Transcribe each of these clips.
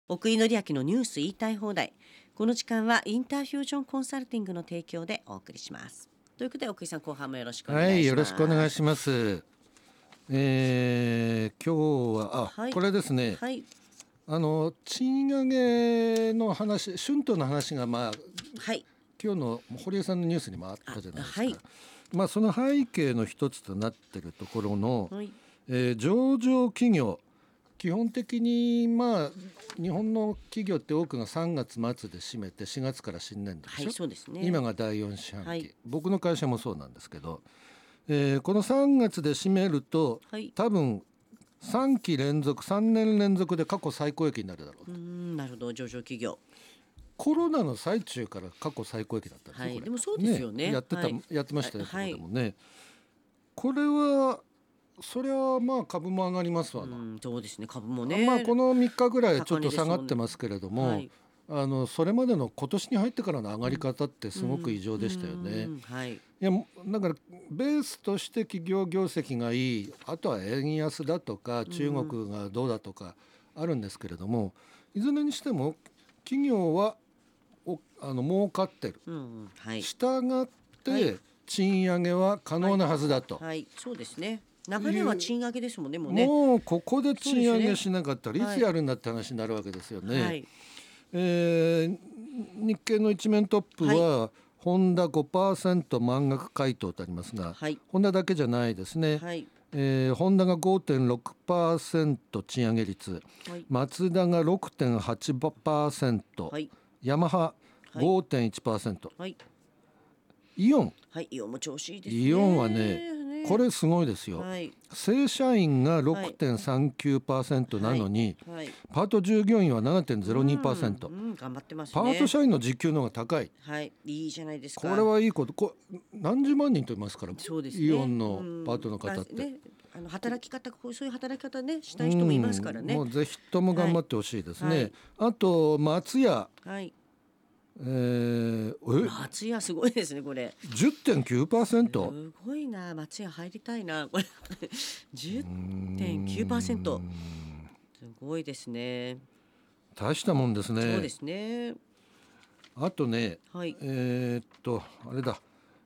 奥井紀明のニュース言いたい放題。この時間はインターフュージョンコンサルティングの提供でお送りします。ということで奥井さん、後半もよろしくお願いします。 はい、よろしくお願いします。今日ははい、 これですね、 はい、 賃上げの話、春闘の話がはい、 今日の堀江さんのニュースにもあったじゃないですか。 はい、 その背景の一つとなっているところの、 はい、 上場企業、基本的に日本の企業って多くが3月末で閉めて4月から新年度でしょ、 はい、そうですね。 今が第4四半期、 はい、 僕の会社もそうなんですけど、この3月で閉めると、 はい、 多分3期連続3年連続で過去最高益になるだろう。 なるほど、上場企業。 コロナの最中から過去最高益だったんですよ、 はい、 これでもそうですよね。 やってましたよ、 はい、 ここでもね。これはそれは株も上がりますわな。 そうですね、株もね。 この3日ぐらいちょっと下がってますけれども、 はい、 それまでの今年に入ってからの上がり方ってすごく異常でしたよね。 はい、 いやだからベースとして企業業績がいい、あとは円安だとか中国がどうだとかあるんですけれども、いずれにしても企業は儲かってる、 はい、 したがって賃上げは可能なはずだと、 はい、そうですね。流れは賃上げですもんね、もうね。 もうここで賃上げしなかったらいつやるんだって話になるわけですよね。 はい、 日経の一面トップは、ホンダ 5% 満額回答とありますが、 はい、 ホンダだけじゃないですね。 はい、 ホンダが 5.6% 賃上げ率、 はい、 マツダが 6.8%、 はい、 ヤマハ 5.1%、 はい、 イオン、 はい、イオンも調子いいですね。 イオンはね、これすごいですよ。 はい、 正社員が 6.39% なのに、 はい、 パート従業員は 7.02%、 頑張ってますね。 パート社員の時給の方が高い。 はい、いいじゃないですか。 これはいいこと。何十万人といますから、 そうですね、 イオンのパートの方って、 ね、働き方、そういう働き方ねしたい人もいますからね。 もうぜひとも頑張ってほしいですね。あと松屋、 はい、 松屋すごいですね、これ 10.9%。 すごいな、松屋入りたいな、これ10.9%、すごいですね。 大したもんですね。 そうですね。 あとね、 はい、 あれだ、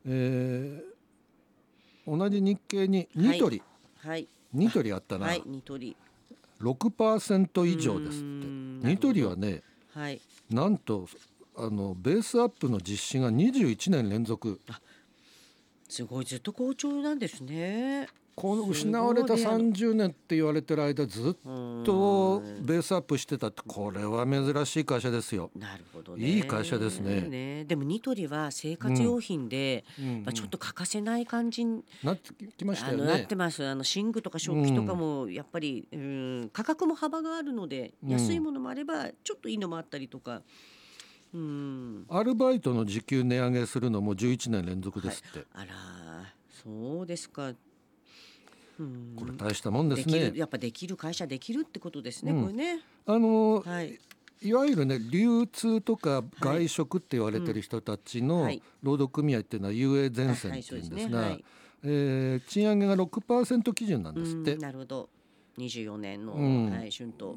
同じ日経にニトリ、 はい、 ニトリあったな、 はい、ニトリ 6% 以上ですって。ニトリはね、 はい、 なんとベースアップの実施が21年連続。 すごい、ずっと好調なんですね。 この失われた30年って言われてる間、ずっとベースアップしてたって、これは珍しい会社ですよ。 なるほどね。 いい会社ですね。 でもニトリは生活用品で、ちょっと欠かせない感じになってきましたよね。 なってます。寝具とか食器とかもやっぱり、価格も幅があるので、安いものもあればちょっといいのもあったりとか。 アルバイトの時給値上げするのも11年連続ですって、 あら、そうですか。 これ大したもんですね。 やっぱできる会社できるってことですね、これね。 いわゆるね、流通とか外食って言われてる人たちの労働組合っていうのは UA 前線っていうんですが、賃上げが 6% 基準なんですって。 なるほど。24年の、春闘。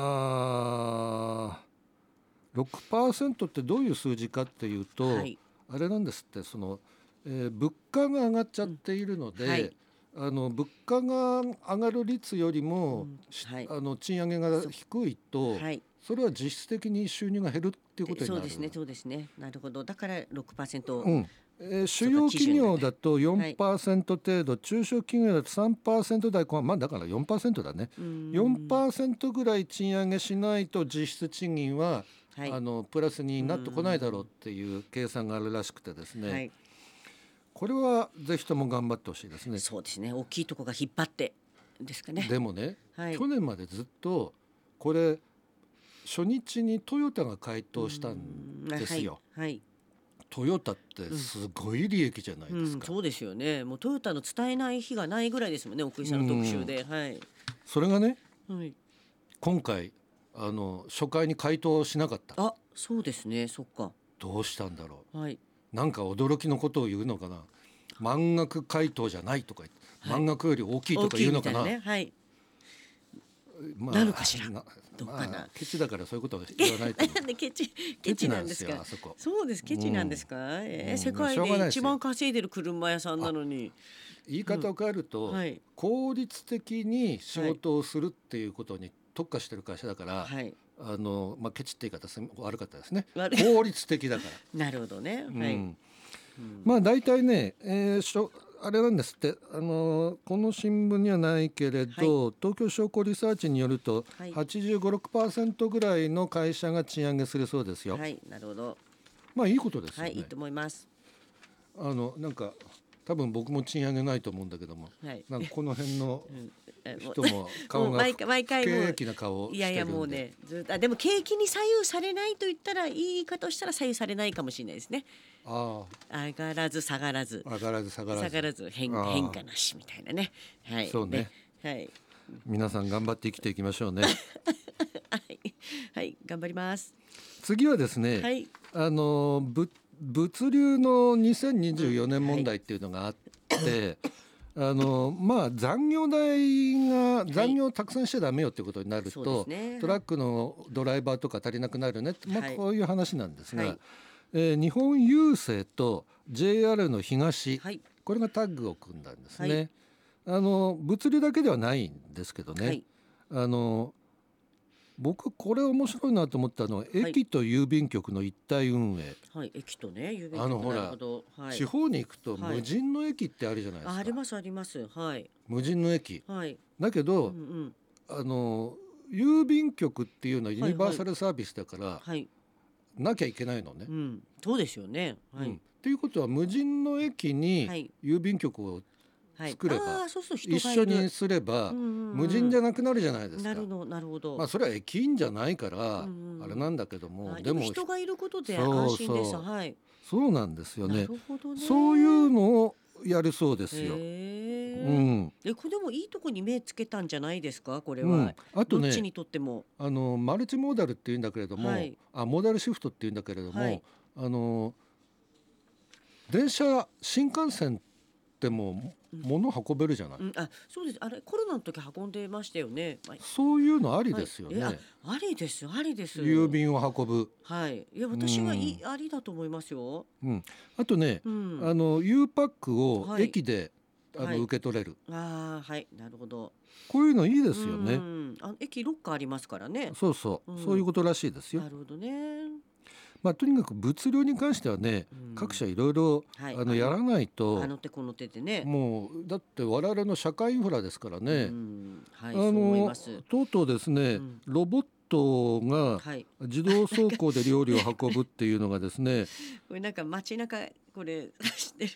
6% ってどういう数字かっていうと、あれなんですって、物価が上がっちゃっているので、物価が上がる率よりも、賃上げが低いと、それは実質的に収入が減るっていうことになる。 そうですね。なるほど。だから 6%、 主要企業だと 4% 程度、中小企業だと 3% 台後半、だから 4% だね。4% ぐらい賃上げしないと実質賃金はプラスになってこないだろうっていう計算があるらしくてですね、これはぜひとも頑張ってほしいですね。 そうですね。大きいとこが引っ張ってですかね。 でもね、去年までずっとこれ初日にトヨタが回答したんですよ。トヨタってすごい利益じゃないですか。 そうですよね。もうトヨタの伝えない日がないぐらいですもんね、奥井さんの特集で。 それがね、今回初回に回答しなかった。 そうですね。そっか。 どうしたんだろう。なんか驚きのことを言うのかな。満額回答じゃないとか言って、満額より大きいとか言うのかな。 なのかしら、どうかな。 ケチだからそういうことは言わないと思う。 なんでケチなんですか。 そこ。 そうです、ケチなんですか。世界で一番稼いでる車屋さんなのに。 言い方を変えると、効率的に仕事をするっていうことに特化してる会社だから、ケチって言い方悪かったですね。効率的だから。 なるほどね。 大体ね、あれなんですって、この新聞にはないけれど、東京商工リサーチによると、85、6% ぐらいの会社が賃上げするそうですよ。 なるほど。 いいことですよね。 いいと思います。 なんか多分僕も賃上げないと思うんだけども、なんかこの辺の人も顔が不景気な顔をしてるんで。 もうね、でも景気に左右されないと言ったら、いい言い方をしたら左右されないかもしれないですね。上がらず下がらず、変化なしみたいなね。 そうね。皆さん頑張って生きていきましょうね。 頑張ります。 次はですね、物流の2024年問題っていうのがあって、残業をたくさんしちゃダメよっていうことになると、トラックのドライバーとか足りなくなるねって、こういう話なんですが、日本郵政と JR の東、これがタッグを組んだんですね。物流だけではないんですけどね、僕これ面白いなと思ったのは、駅と郵便局の一体運営。 駅とね、郵便局。 ほら、地方に行くと無人の駅ってあるじゃないですか。 ありますあります。 無人の駅。だけど、郵便局っていうのはユニバーサルサービスだから、なきゃいけないのね。 そうですよね。 っていうことは、無人の駅に郵便局を作れば、一緒にすれば無人じゃなくなるじゃないですか。 なるほど。 それは駅員じゃないからあれなんだけども、 でも人がいることで安心です。 そうなんですよね。そういうのをやるそうですよ。これでもいいとこに目つけたんじゃないですか、これは。 あとね、 どっちにとってもマルチモーダルっていうんだけれども、モーダルシフトっていうんだけれども、電車、新幹線でも物運べるじゃない。 そうです。あれコロナの時運んでましたよね。 そういうのありですよね。 ありです。 郵便を運ぶ。 いや、私はありだと思いますよ。 あとね、U パックを駅で受け取れる。 なるほど。 こういうのいいですよね。 駅ロッカーありますからね。 そういうことらしいですよ。 なるほどね。 とにかく物流に関してはね、各社いろいろやらないと、 あの手この手でね、 もうだって我々の社会インフラですからね。 そう思います。 とうとうですね、ロボットが自動走行で料理を運ぶっていうのがですねこれなんか街中これ走って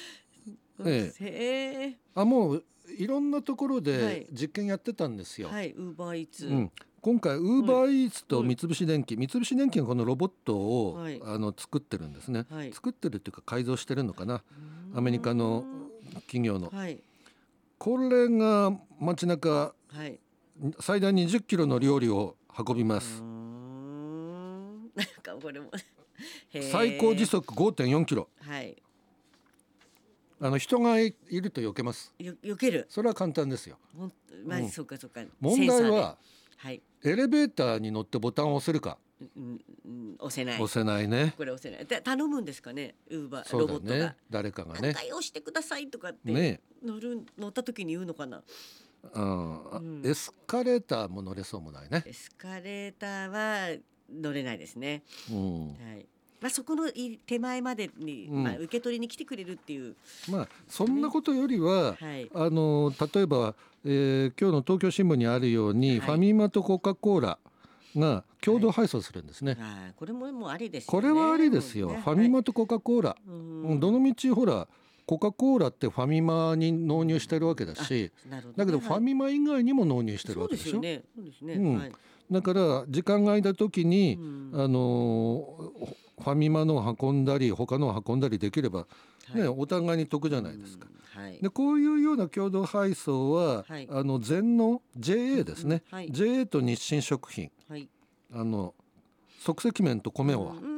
る。もういろんなところで実験やってたんですよ。 ウーバーイーツ。 今回ウーバーイーツと三菱電機、がこのロボットを作ってるんですね。作ってるっていうか改造してるのかな、アメリカの企業の。これが街中最大20キロの料理を運びます。 なんかこれも最高時速 5.4 キロ。人がいると避けます。 避ける。 それは簡単ですよ。 そうか。 問題はエレベーターに乗ってボタンを押せるか。 押せない。 押せないね。 これ押せない。頼むんですかね、ウーバーロボットが。 誰かがね。 押してくださいとかって乗った時に言うのかな。 エスカレーターも乗れそうもないね。 エスカレーターは乗れないですね。そこの手前までに、受け取りに来てくれるっていう。 そんなことよりは、例えば、今日の東京新聞にあるように、ファミマとコカ・コーラが共同配送するんですね。 これももうありですよね。 これはありですよ。ファミマとコカ・コーラ、どの道ほらコカ・コーラってファミマに納入してるわけだし、だけどファミマ以外にも納入してるわけでしょ。そうですね。だから時間が空いた時に、ファミマのを運んだり他のを運んだりできれば、お互いに得じゃないですか。でこういうような共同配送は、全農 JA ですね、JA と日清食品、即席麺と米を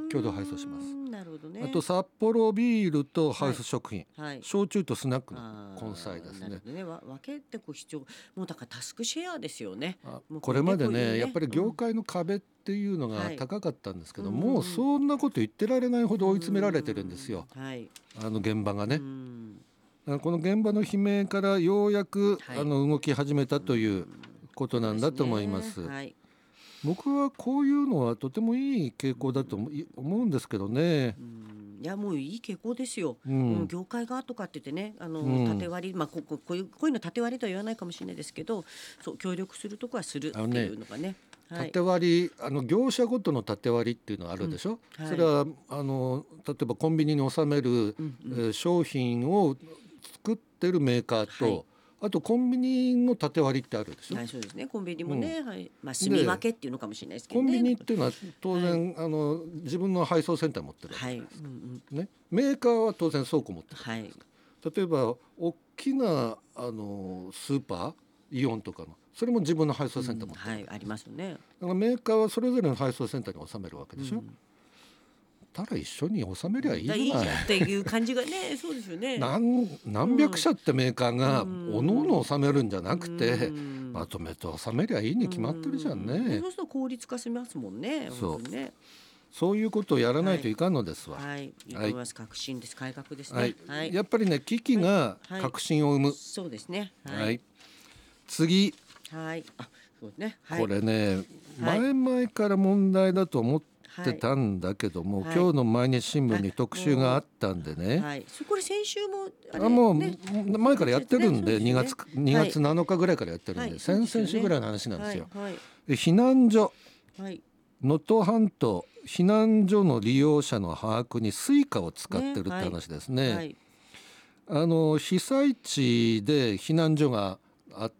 共同配送します。 なるほどね。 あと札幌ビールとハウス食品、焼酎とスナックの根菜ですね。 分けて必要、もうだからタスクシェアですよね。 これまでね、やっぱり業界の壁っていうのが高かったんですけど、もうそんなこと言ってられないほど追い詰められてるんですよ、現場がね。この現場の悲鳴からようやく、動き始めたということなんだと思います。僕はこういうのはとてもいい傾向だと思うんですけどね。 いやもういい傾向ですよ、業界がとかって言ってね、縦割り、こういうの縦割りとは言わないかもしれないですけど、そう協力するとこはするっていうのがね、 縦割り、業者ごとの縦割りっていうのがあるでしょ、それは例えばコンビニに納める、商品を作ってるメーカーと、あとコンビニの縦割りってあるでしょ。 そうですね、コンビニもね、住み分けっていうのかもしれないですけどね。 コンビニっていうのは当然、自分の配送センター持ってるわけですから、メーカーは当然倉庫持ってるわけですから、例えば大きなスーパーイオンとかのそれも自分の配送センター持ってる、 ありますよね。 だからメーカーはそれぞれの配送センターに収めるわけでしょ、たら一緒に収めりゃいいじゃないっていう感じがねそうですよね。 何百社ってメーカーがおのおの収めるんじゃなくて、まとめて収めりゃいいに決まってるじゃんね。 そうすると効率化しますもんね。 そういうことをやらないといかんのですわ。 いいと思います。革新です。改革ですね。 やっぱりね、危機が革新を生む。 そうですね。 次、これね、前々から問題だと思ってたんだけども、今日の毎日新聞に特集があったんでね、 これ先週ももう前からやってるんで、2月7日ぐらいからやってるんで、先々週ぐらいの話なんですよ。避難所、能登半島避難所の利用者の把握にスイカを使ってるって話ですね。被災地で避難所があって、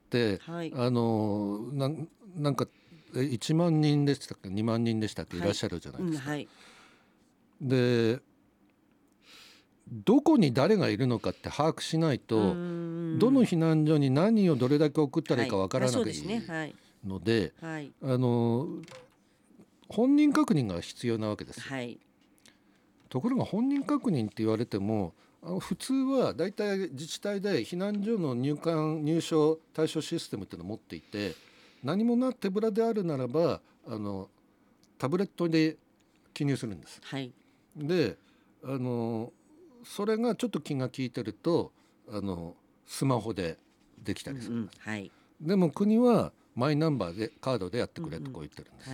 なんか1万人でしたっけ2万人でしたっけ、いらっしゃるじゃないですか。でどこに誰がいるのかって把握しないと、どの避難所に何をどれだけ送ったらいいかわからなきゃいけないので、本人確認が必要なわけですよ。ところが本人確認って言われても、普通はだいたい自治体で避難所の入所対処システムっていうのを持っていて、何もな手ぶらであるならばタブレットで記入するんです。でそれがちょっと気が利いてるとスマホでできたりする、でも国はマイナンバーでカードでやってくれとこう言ってるんです、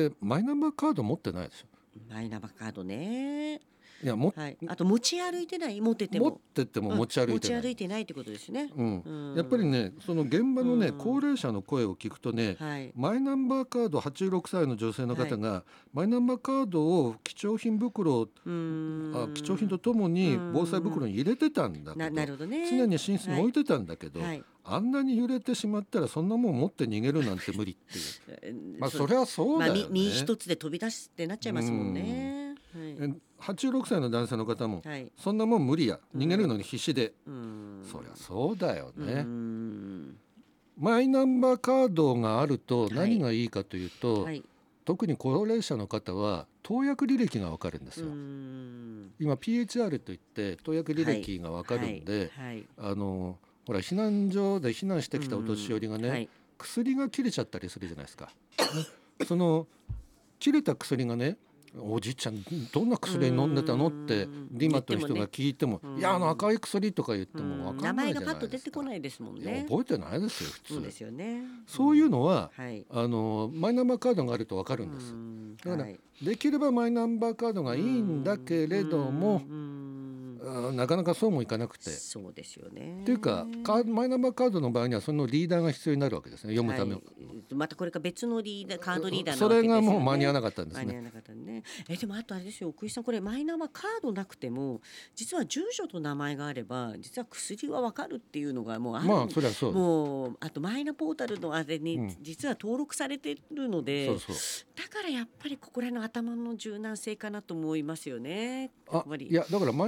でマイナンバーカード持ってないでしょ。 マイナンバーカードね。 いやあと持ち歩いてない、持ってても持ち歩いてないってことですね。 やっぱりね、その現場のね、高齢者の声を聞くとね、マイナンバーカード、86歳の女性の方が、マイナンバーカードを貴重品とともに防災袋に入れてたんだけど、常に寝室に置いてたんだけど、あんなに揺れてしまったらそんなもん持って逃げるなんて無理っていう。それはそうだよね。 身一つで飛び出すってなっちゃいますもんね。 86歳の男性の方も、そんなもん無理や、逃げるのに必死で、そりゃそうだよね。マイナンバーカードがあると何がいいかというと、特に高齢者の方は投薬履歴が分かるんですよ。今 PHR といって投薬履歴が分かるんで、ほら避難所で避難してきたお年寄りがね、薬が切れちゃったりするじゃないですか。その切れた薬がね、おじいちゃんどんな薬飲んでたのってリマという人が聞いても、いや赤い薬とか言っても分かんないじゃないですか。 名前がパッと出てこないですもんね。 覚えてないですよ普通。 そうですよね。 そういうのは、マイナンバーカードがあると分かるんです。だからできればマイナンバーカードがいいんだけれども、なかなかそうもいかなくて。 そうですよね。 っていうかマイナンバーカードの場合にはそのリーダーが必要になるわけですね、読むための。 またこれが別のカードリーダーなわけですよね。 それがもう間に合わなかったんですね。 間に合わなかったね。でもあとあれですよ、奥井さん、これマイナンバーカードなくても実は住所と名前があれば実は薬は分かるっていうのがもうある。 それはそう。 もうあとマイナポータルのあれに実は登録されてるので、だからやっぱりここらの頭の柔軟性かなと思いますよね。 いやだからマイナポータル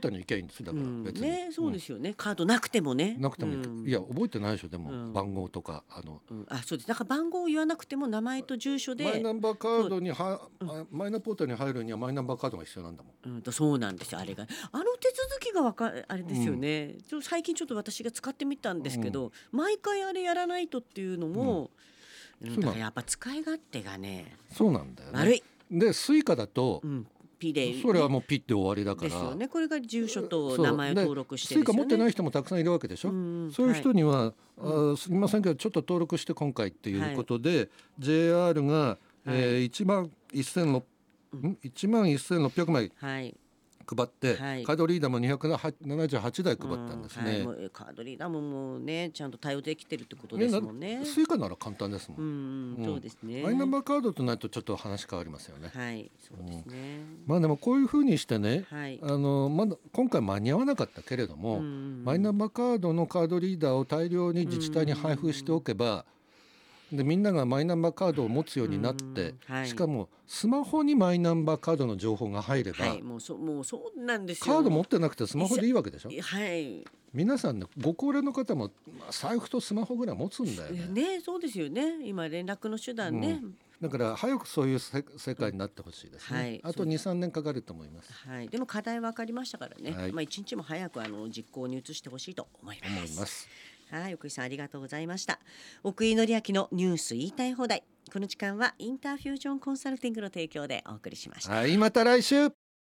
たに行けばいいんですだから別に、 ね、そうですよね、カードなくてもね、 なくてもいや覚えてないでしょでも、番号とかそうです。だから番号を言わなくても名前と住所でマイナンバーカードにマイナポータルに入るにはマイナンバーカードが必要なんだもん。 そうなんですよ。あれが手続きがあれですよね、最近ちょっと私が使ってみたんですけど、毎回あれやらないとっていうのも、だからやっぱ使い勝手がね、 そうなんだよね。 悪い。 でスイカだと、 ピで、 それはもうピって終わりだからですよね。これが住所と名前を登録してスイカ持ってない人もたくさんいるわけでしょ、そういう人には、すみませんけどちょっと登録して今回っていうことで、JR が、1万1600枚配って、カードリーダーも278台配ったんですね、 もうカードリーダーももうねちゃんと対応できてるってことですもんね。 スイカなら簡単ですもん、 そうですね。 マイナンバーカードとなるとちょっと話変わりますよね。 そうですね。 まあでもこういうふうにしてね、まだ今回間に合わなかったけれども、マイナンバーカードのカードリーダーを大量に自治体に配布しておけば、でみんながマイナンバーカードを持つようになって、しかもスマホにマイナンバーカードの情報が入れば、 もうそうなんですよ。 カード持ってなくてスマホでいいわけでしょ。皆さんね、ご高齢の方も財布とスマホぐらい持つんだよね。 そうですよね。今連絡の手段ね、 だから早くそういう世界になってほしいですね、あと 2,3 年かかると思います。 でも課題分かりましたからね、一日も早く実行に移してほしいと思います。奥井さんありがとうございました。奥井紀明のニュース言いたい放題。この時間はインターフュージョンコンサルティングの提供でお送りしました。 また来週。